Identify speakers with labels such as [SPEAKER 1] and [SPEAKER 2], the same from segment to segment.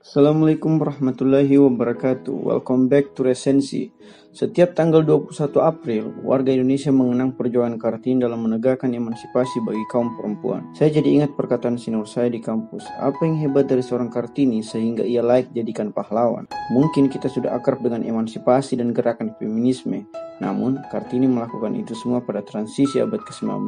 [SPEAKER 1] Assalamualaikum warahmatullahi wabarakatuh. Welcome back to Resensi. Setiap tanggal 21 April, warga Indonesia mengenang perjuangan Kartini dalam menegakkan emansipasi bagi kaum perempuan. Saya jadi ingat perkataan senior saya di kampus. Apa yang hebat dari seorang Kartini sehingga ia layak jadikan pahlawan? Mungkin kita sudah akrab dengan emansipasi dan gerakan feminisme. Namun, Kartini melakukan itu semua pada transisi abad ke-19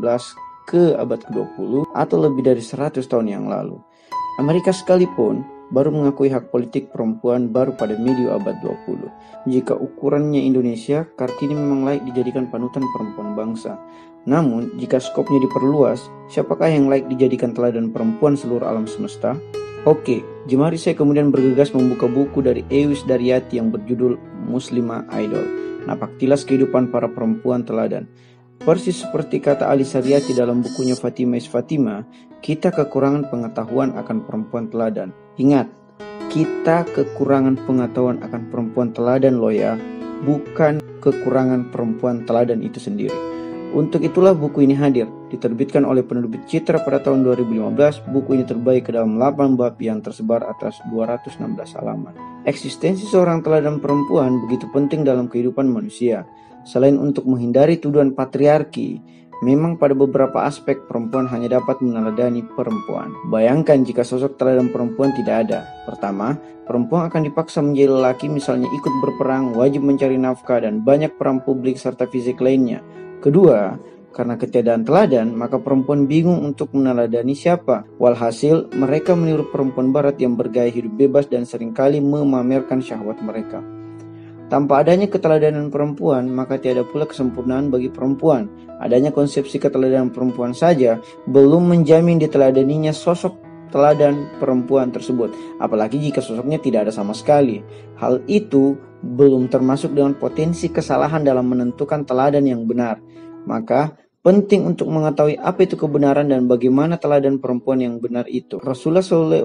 [SPEAKER 1] ke abad ke-20 atau lebih dari 100 tahun yang lalu. Amerika sekalipun baru mengakui hak politik perempuan baru pada medio abad 20. Jika ukurannya Indonesia, Kartini memang layak dijadikan panutan perempuan bangsa. Namun, jika skopnya diperluas, siapakah yang layak dijadikan teladan perempuan seluruh alam semesta? Oke, jemari saya kemudian bergegas membuka buku dari Ewis Daryati yang berjudul Muslimah Idol, Napak Tilas Kehidupan Para Perempuan Teladan. Persis seperti kata Ali Saryati dalam bukunya Fatima is Fatima, kita kekurangan pengetahuan akan perempuan teladan. Ingat, kita kekurangan pengetahuan akan perempuan teladan loh ya, bukan kekurangan perempuan teladan itu sendiri. Untuk itulah buku ini hadir, diterbitkan oleh penerbit Citra pada tahun 2015. Buku ini terbagi ke dalam 8 bab yang tersebar atas 216 halaman. Eksistensi seorang teladan perempuan begitu penting dalam kehidupan manusia. Selain untuk menghindari tuduhan patriarki, memang pada beberapa aspek perempuan hanya dapat meneladani perempuan. Bayangkan jika sosok teladan perempuan tidak ada. Pertama, perempuan akan dipaksa menjadi lelaki, misalnya ikut berperang, wajib mencari nafkah, dan banyak peran publik serta fisik lainnya. Kedua, karena ketiadaan teladan, maka perempuan bingung untuk meneladani siapa. Walhasil, mereka meniru perempuan barat yang bergaya hidup bebas dan seringkali memamerkan syahwat mereka. Tanpa adanya keteladanan perempuan, maka tiada pula kesempurnaan bagi perempuan. Adanya konsepsi keteladanan perempuan saja belum menjamin diteladaninya sosok teladan perempuan tersebut, apalagi jika sosoknya tidak ada sama sekali. Hal itu belum termasuk dengan potensi kesalahan dalam menentukan teladan yang benar. Maka penting untuk mengetahui apa itu kebenaran dan bagaimana teladan perempuan yang benar itu. Rasulullah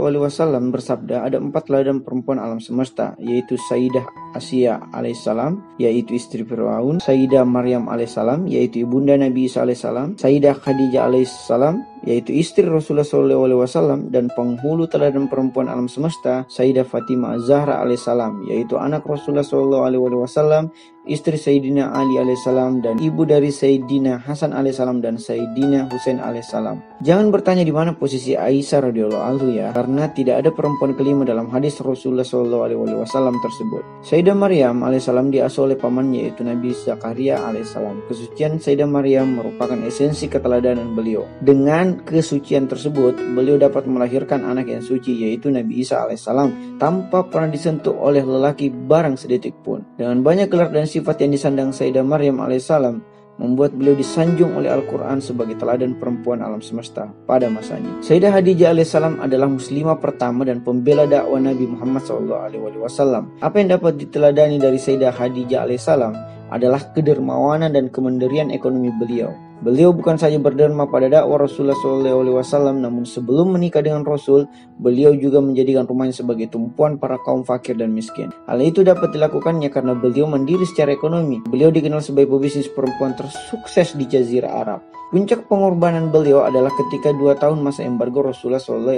[SPEAKER 1] SAW bersabda, ada 4 teladan perempuan alam semesta, yaitu Sayyidah Asya alaihissalam, yaitu istri Fir'aun; Sayyidah Maryam alaihissalam, yaitu ibunda Nabi Isa alaihissalam; Sayyidah Khadijah alaihissalam, yaitu istri Rasulullah SAW; dan penghulu teladan perempuan alam semesta, Sayyidah Fatimah Az-Zahra alaihissalam, yaitu anak Rasulullah SAW, istri Sayyidina Ali alaihissalam, dan ibu dari Sayyidina Hasan alaihissalam dan Sayyidina Husain alaihissalam. Jangan bertanya di mana posisi Aisyah radhiyallahu anha ya, karena tidak ada perempuan kelima dalam hadis Rasulullah SAW tersebut. Sayyidah Maryam alaihissalam diasuh oleh pamannya, yaitu Nabi Zakaria alaihissalam. Kesucian Sayyidah Maryam merupakan esensi keteladanan beliau. Dengan kesucian tersebut, beliau dapat melahirkan anak yang suci, yaitu Nabi Isa alaihissalam, tanpa pernah disentuh oleh lelaki barang sedetik pun. Dengan banyak gelar dan sifat yang disandang Sayyidah Maryam alaihissalam, membuat beliau disanjung oleh Al-Quran sebagai teladan perempuan alam semesta pada masanya. Sayyidah Khadijah alaihissalam adalah muslimah pertama dan pembela dakwah Nabi Muhammad SAW. Apa yang dapat diteladani dari Sayyidah Khadijah alaihissalam adalah kedermawanan dan kemandirian ekonomi beliau. Beliau bukan saja berderma pada dakwah Rasulullah SAW, namun sebelum menikah dengan Rasul, beliau juga menjadikan rumahnya sebagai tumpuan para kaum fakir dan miskin. Hal itu dapat dilakukannya karena beliau mandiri secara ekonomi. Beliau dikenal sebagai pebisnis perempuan tersukses di Jazirah Arab. Puncak pengorbanan beliau adalah ketika 2 tahun masa embargo Rasulullah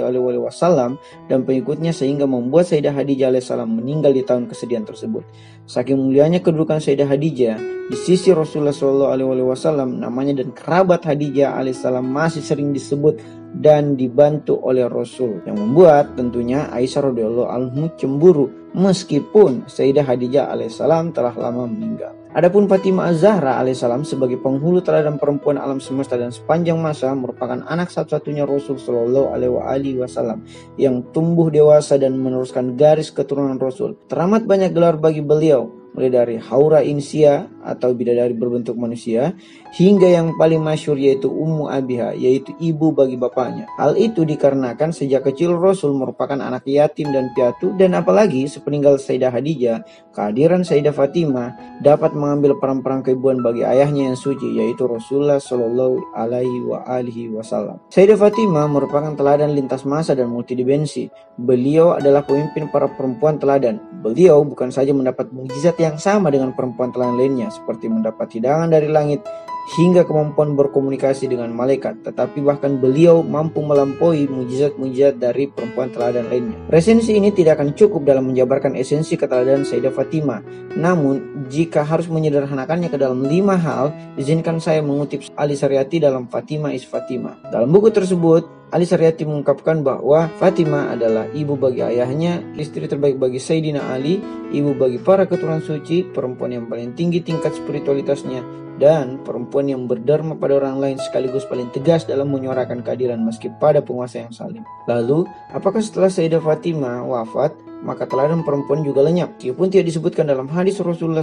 [SPEAKER 1] SAW dan pengikutnya, sehingga membuat Sayyidah Khadijah alaihissalam meninggal di tahun kesedihan tersebut. Saking mulianya kedudukan Sayyidah Khadijah di sisi Rasulullah SAW, namanya dan kerabat Khadijah alaihissalam masih sering disebut dan dibantu oleh Rasul, yang membuat tentunya Aisyah radhiyallahu anha cemburu meskipun Sayyidah Khadijah alaihissalam telah lama meninggal. Adapun Fatimah Az-Zahra alaihissalam sebagai penghulu teladan perempuan alam semesta dan sepanjang masa merupakan anak satu-satunya Rasul Shallallahu Alaihi Wasallam yang tumbuh dewasa dan meneruskan garis keturunan Rasul. Teramat banyak gelar bagi beliau, mulai dari Haura Insia atau bidadari berbentuk manusia, hingga yang paling masyhur yaitu Ummu Abiha, yaitu ibu bagi bapaknya. Hal itu dikarenakan sejak kecil Rasul merupakan anak yatim dan piatu, dan apalagi sepeninggal Sayyidah Khadijah, kehadiran Sayyidah Fatimah dapat mengambil peran-peran keibuan bagi ayahnya yang suci, yaitu Rasulullah Shallallahu Alaihi Wasallam. Sayyidah Fatimah merupakan teladan lintas masa dan multidimensi. Beliau adalah pemimpin para perempuan teladan. Beliau bukan saja mendapat mukjizat yang sama dengan perempuan teladan lainnya, seperti mendapat hidangan dari langit, hingga kemampuan berkomunikasi dengan malaikat, tetapi bahkan beliau mampu melampaui mujizat-mujizat dari perempuan teladan lainnya. Resensi ini tidak akan cukup dalam menjabarkan esensi keteladanan Sayyidah Fatimah. Namun, jika harus menyederhanakannya ke dalam 5 hal, izinkan saya mengutip Ali Saryati dalam Fatimah is Fatimah. Dalam buku tersebut, Ali Saryati mengungkapkan bahwa Fatimah adalah ibu bagi ayahnya, istri terbaik bagi Sayyidina Ali, ibu bagi para keturunan suci, perempuan yang paling tinggi tingkat spiritualitasnya, dan perempuan yang berdharma pada orang lain sekaligus paling tegas dalam menyuarakan keadilan meski pada penguasa yang zalim. Lalu, apakah setelah Sayyidah Fatimah wafat, maka teladan perempuan juga lenyap? Meskipun tidak disebutkan dalam hadis Rasulullah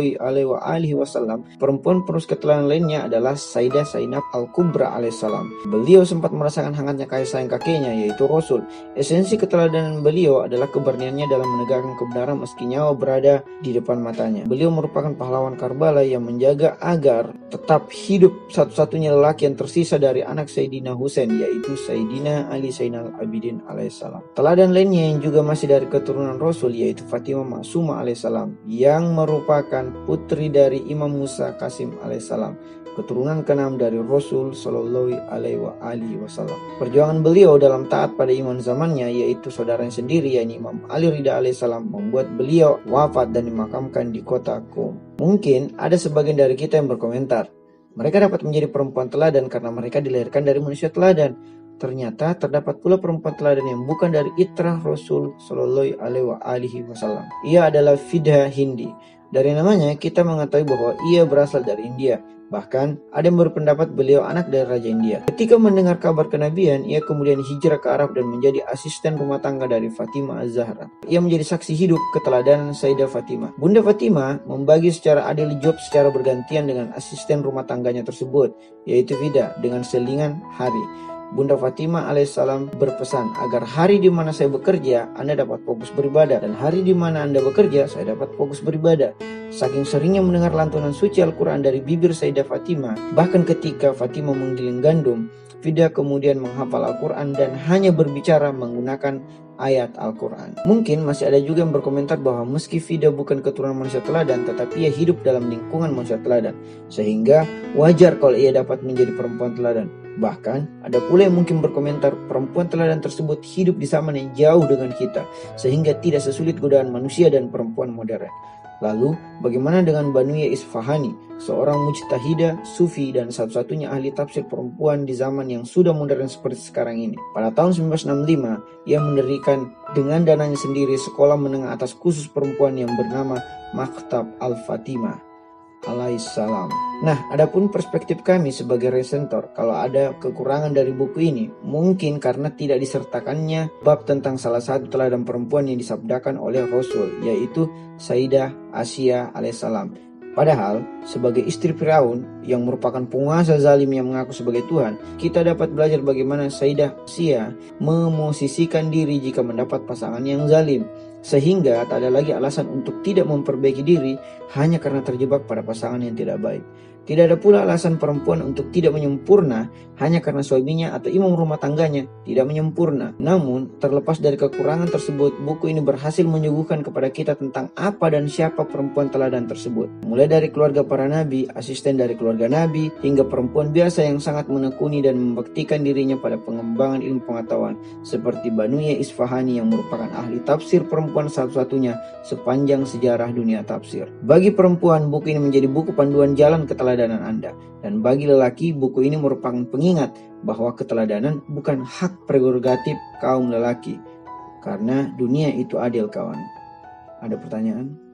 [SPEAKER 1] SAW, perempuan penerus keteladanan lainnya adalah Sayyidah Zainab Al-Kubra alaihissalam. Beliau sempat merasakan hangatnya kasih sayang kakeknya, yaitu Rasul. Esensi keteladanan beliau adalah keberaniannya dalam menegakkan kebenaran meski nyawa berada di depan matanya. Beliau merupakan pahlawan Karbala yang menjaga agar tetap hidup satu-satunya lelaki yang tersisa dari anak Sayyidina Husain, yaitu Sayyidina Ali Zainal Abidin alaihissalam. Teladan lainnya yang juga masih dari keturunan Rasul yaitu Fatimah Maksumah alaihissalam, yang merupakan putri dari Imam Musa Qasim alaihissalam, keturunan ke-6 dari Rasul Shallallahu Alaihi Wasallam. Perjuangan beliau dalam taat pada iman zamannya, yaitu saudaranya sendiri yakni Imam Ali Ridha alaihissalam, membuat beliau wafat dan dimakamkan di kota Qom. Mungkin ada sebagian dari kita yang berkomentar, mereka dapat menjadi perempuan teladan karena mereka dilahirkan dari manusia teladan. Ternyata terdapat pula perempuan teladan yang bukan dari itrah Rasul Shallallahu Alaihi Wasallam. Ia adalah Fida Hindi. Dari namanya kita mengetahui bahwa ia berasal dari India. Bahkan ada yang berpendapat beliau anak dari Raja India. Ketika mendengar kabar kenabian, ia kemudian hijrah ke Arab dan menjadi asisten rumah tangga dari Fatimah Az-Zahra. Ia menjadi saksi hidup keteladanan Sayyidah Fatimah. Bunda Fatimah membagi secara adil job secara bergantian dengan asisten rumah tangganya tersebut, yaitu Fida, dengan selingan hari. Bunda Fatimah alaihissalam berpesan agar hari di mana saya bekerja, Anda dapat fokus beribadah, dan hari di mana Anda bekerja, saya dapat fokus beribadah. Saking seringnya mendengar lantunan suci Al-Quran dari bibir Sayyidah Fatimah, bahkan ketika Fatimah menggiling gandum, Fida kemudian menghafal Al-Quran dan hanya berbicara menggunakan ayat Al-Quran. Mungkin masih ada juga yang berkomentar bahwa meski Fida bukan keturunan manusia teladan, tetapi ia hidup dalam lingkungan manusia teladan, sehingga wajar kalau ia dapat menjadi perempuan teladan. Bahkan ada pula yang mungkin berkomentar perempuan teladan tersebut hidup di zaman yang jauh dengan kita, sehingga tidak sesulit godaan manusia dan perempuan modern. Lalu bagaimana dengan Banuya Isfahani, seorang mujtahidah, sufi, dan satu-satunya ahli tafsir perempuan di zaman yang sudah modern seperti sekarang ini? Pada tahun 1965, ia mendirikan dengan dananya sendiri sekolah menengah atas khusus perempuan yang bernama Maktab Al-Fatimah alaihissalam. Nah, adapun perspektif kami sebagai resentor, kalau ada kekurangan dari buku ini, mungkin karena tidak disertakannya bab tentang salah satu teladan perempuan yang disabdakan oleh Rasul, yaitu Sayyidah Asiyah alaihissalam. Padahal, sebagai istri Firaun yang merupakan penguasa zalim yang mengaku sebagai Tuhan, kita dapat belajar bagaimana Sayyidah Asiyah memosisikan diri jika mendapat pasangan yang zalim, sehingga tak ada lagi alasan untuk tidak memperbaiki diri hanya karena terjebak pada pasangan yang tidak baik. Tidak ada pula alasan perempuan untuk tidak menyempurna hanya karena suaminya atau imam rumah tangganya tidak menyempurna. Namun, terlepas dari kekurangan tersebut, buku ini berhasil menyuguhkan kepada kita tentang apa dan siapa perempuan teladan tersebut. Mulai dari keluarga para nabi, asisten dari keluarga nabi, hingga perempuan biasa yang sangat menekuni dan membaktikan dirinya pada pengembangan ilmu pengetahuan, seperti Banuya Isfahani yang merupakan ahli tafsir perempuan satu-satunya sepanjang sejarah dunia tafsir. Bagi perempuan, buku ini menjadi buku panduan jalan keteladanan Anda, dan bagi lelaki, buku ini merupakan pengingat bahwa keteladanan bukan hak prerogatif kaum lelaki, karena dunia itu adil, kawan. Ada pertanyaan?